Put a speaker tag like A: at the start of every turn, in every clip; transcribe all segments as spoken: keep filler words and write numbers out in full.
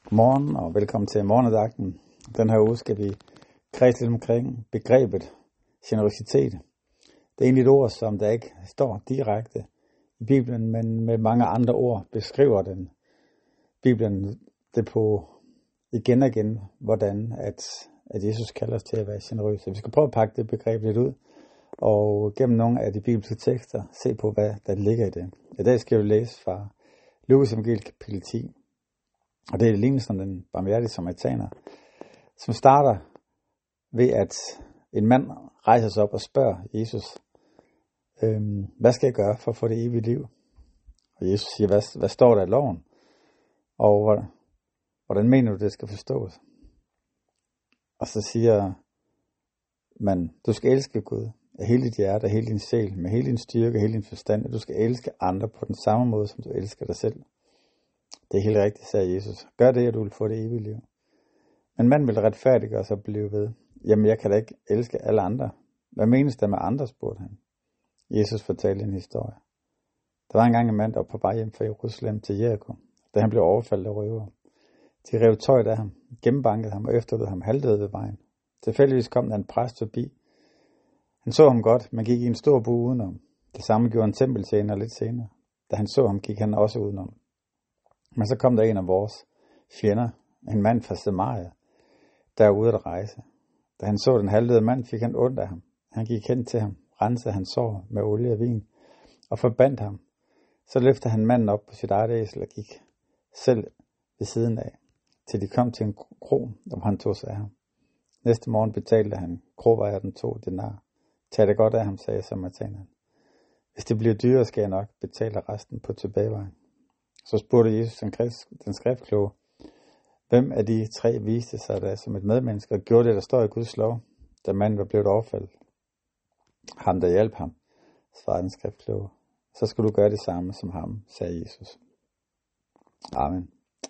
A: Godmorgen og velkommen til morgenandagten. Den her uge skal vi kredse lidt omkring begrebet generøsitet. Det er egentlig et ord, som der ikke står direkte i Bibelen, men med mange andre ord beskriver den Bibelen det på igen og igen, hvordan at, at Jesus kalder os til at være generøse. Vi skal prøve at pakke det begreb lidt ud, og gennem nogle af de bibelske tekster se på, hvad der ligger i det. I dag skal vi læse fra Lukas evangeliet kapitel ti. Og det er lignelsen om den barmhjertige samaritaner, som starter ved, at en mand rejser sig op og spørger Jesus, øhm, hvad skal jeg gøre for at få det evige liv? Og Jesus siger, hvad, hvad står der i loven? Og hvordan mener du, det skal forstås? Og så siger man, du skal elske Gud af hele dit hjerte, af hele din sjæl, med hele din styrke, hele din forstand, og du skal elske andre på den samme måde, som du elsker dig selv. Det er helt rigtigt, sagde Jesus. Gør det, at du vil få det evige liv. Men manden vil retfærdiggøre sig og blive ved. Jamen, jeg kan da ikke elske alle andre. Hvad menes der med andre, spurgte han. Jesus fortalte en historie. Der var engang en mand, der var på vej hjem fra Jerusalem til Jericho, da han blev overfaldet af røvere. De rev tøjet af ham, gennembankede ham og efterlod ham halvdød ved vejen. Tilfældigvis kom der en præst forbi. Han så ham godt, men gik i en stor bue udenom. Det samme gjorde en tempeltjener lidt senere. Da han så ham, gik han også udenom. Men så kom der en af vores fjender, en mand fra Samaria, der var ude at rejse. Da han så den halvdøde mand, fik han ondt af ham. Han gik hen til ham, rensede hans sår med olie og vin og forbandt ham. Så løftede han manden op på sit eget æsel og gik selv ved siden af, til de kom til en kro, hvor han tog sig af ham. Næste morgen betalte han kroejeren to denar. Tag det godt af ham, sagde samaritaneren. Hvis det bliver dyrere, skal jeg nok betale resten på tilbagevejen. Så spurgte Jesus den skriftkloge, hvem af de tre viste sig der som et medmenneske og gjorde det, der står i Guds lov, da manden var blevet overfaldet? Ham, der hjalp ham, svarede den skriftkloge. Så skal du gøre det samme som ham, sagde Jesus. Amen.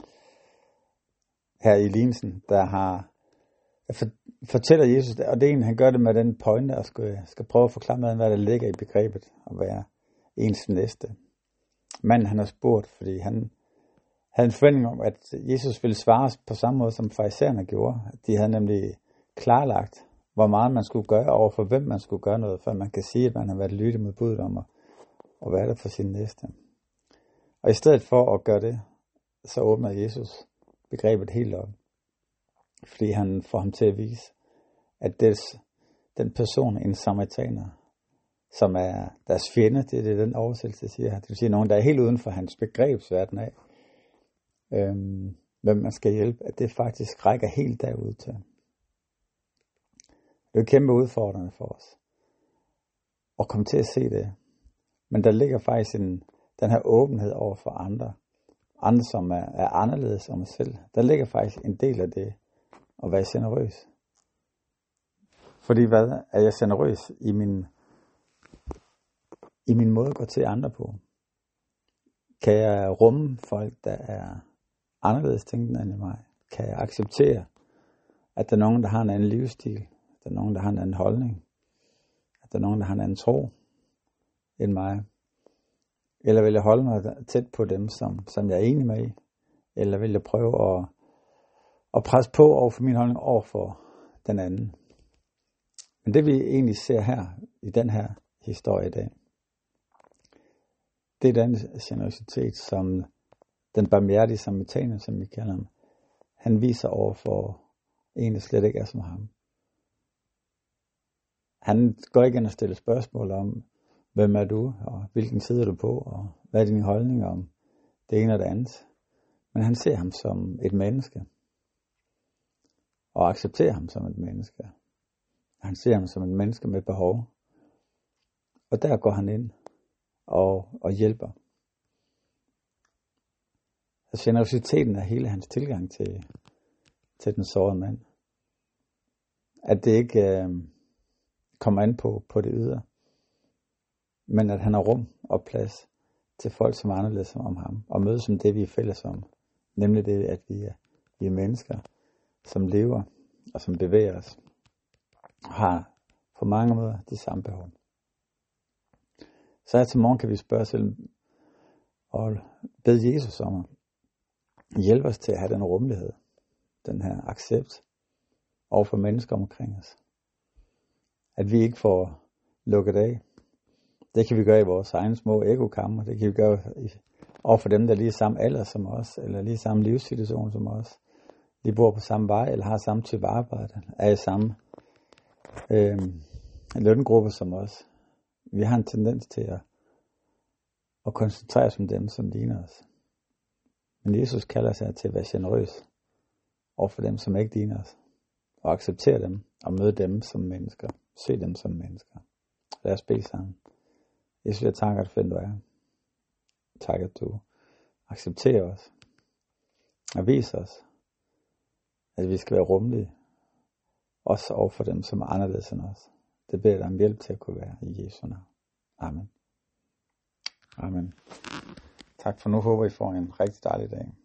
A: Her i lignelsen, der har fortæller Jesus, og det er en, han gør det med den pointe, og skal, skal prøve at forklare med, hvad der ligger i begrebet at være ens næste. Manden han har spurgt, fordi han havde en forventning om, at Jesus ville svare på samme måde, som farisæerne gjorde. De havde nemlig klarlagt, hvor meget man skulle gøre, over for hvem man skulle gøre noget, for man kan sige, at man har været lyttet mod budet om at, at være der for sin næste. Og i stedet for at gøre det, så åbner Jesus begrebet helt op. Fordi han får ham til at vise, at des, den person, en samaritaner, som er deres fjende, det er det, den oversættelse siger her. Det vil sige nogen, der er helt uden for hans begrebsverden af, øhm, hvem man skal hjælpe, at det faktisk rækker helt derud til. Det er kæmpe udfordrende for os at komme til at se det. Men der ligger faktisk en, den her åbenhed over for andre, andre som er, er anderledes om os selv. Der ligger faktisk en del af det at være generøs. Fordi hvad er jeg generøs i min i min måde at gå til andre på? Kan jeg rumme folk, der er anderledes tænkende end mig? Kan jeg acceptere, at der er nogen, der har en anden livsstil? At der er nogen, der har en anden holdning? At der er nogen, der har en anden tro end mig? Eller vil jeg holde mig tæt på dem, som, som jeg er enig med i? Eller vil jeg prøve at, at presse på over for min holdning over for den anden? Men det vi egentlig ser her, i den her historie i dag, det er den generøsitet, som den barmhjertige samaritaner, som vi kalder ham, han viser over for en, der slet ikke er som ham. Han går ikke ind og stiller spørgsmål om, hvem er du, og hvilken side er du på, og hvad er din holdning om det ene og det andet. Men han ser ham som et menneske, og accepterer ham som et menneske. Han ser ham som et menneske med behov, og der går han ind og, og hjælper. Så generøsiteten er hele hans tilgang til, til den sårede mand. At det ikke øh, kommer an på, på det ydre, men at han har rum og plads til folk, som er anderledes om ham, og mødes som det, vi er fælles om. Nemlig det, at vi er, vi er mennesker, som lever og som bevæger os, og har på mange måder de samme behov. Så her til morgen kan vi spørge os selv og bede Jesus om Hjælp os til at have den rummelighed, den her accept over for mennesker omkring os. At vi ikke får lukket af. Det kan vi gøre i vores egne små ekokammer. Det kan vi gøre over for dem, der er lige samme alder som os, eller lige samme livssituation som os. De bor på samme vej, eller har samme type arbejde, er i samme øh, løngruppe som os. Vi har en tendens til at, at koncentrere os om dem, som ligner os. Men Jesus kalder sig til at være generøs over for dem, som ikke ligner os. Og acceptere dem, og møde dem som mennesker. Se dem som mennesker. Lad os bede sammen. Jesus, jeg takker dig for, den du er. Tak, at du accepterer os. Og viser os, at vi skal være rummelige. Også over for dem, som er anderledes end os. Det beder dig om hjælp til at kunne være i Jesu navn. Amen. Amen. Tak for nu. Håber I får en rigtig dejlig dag.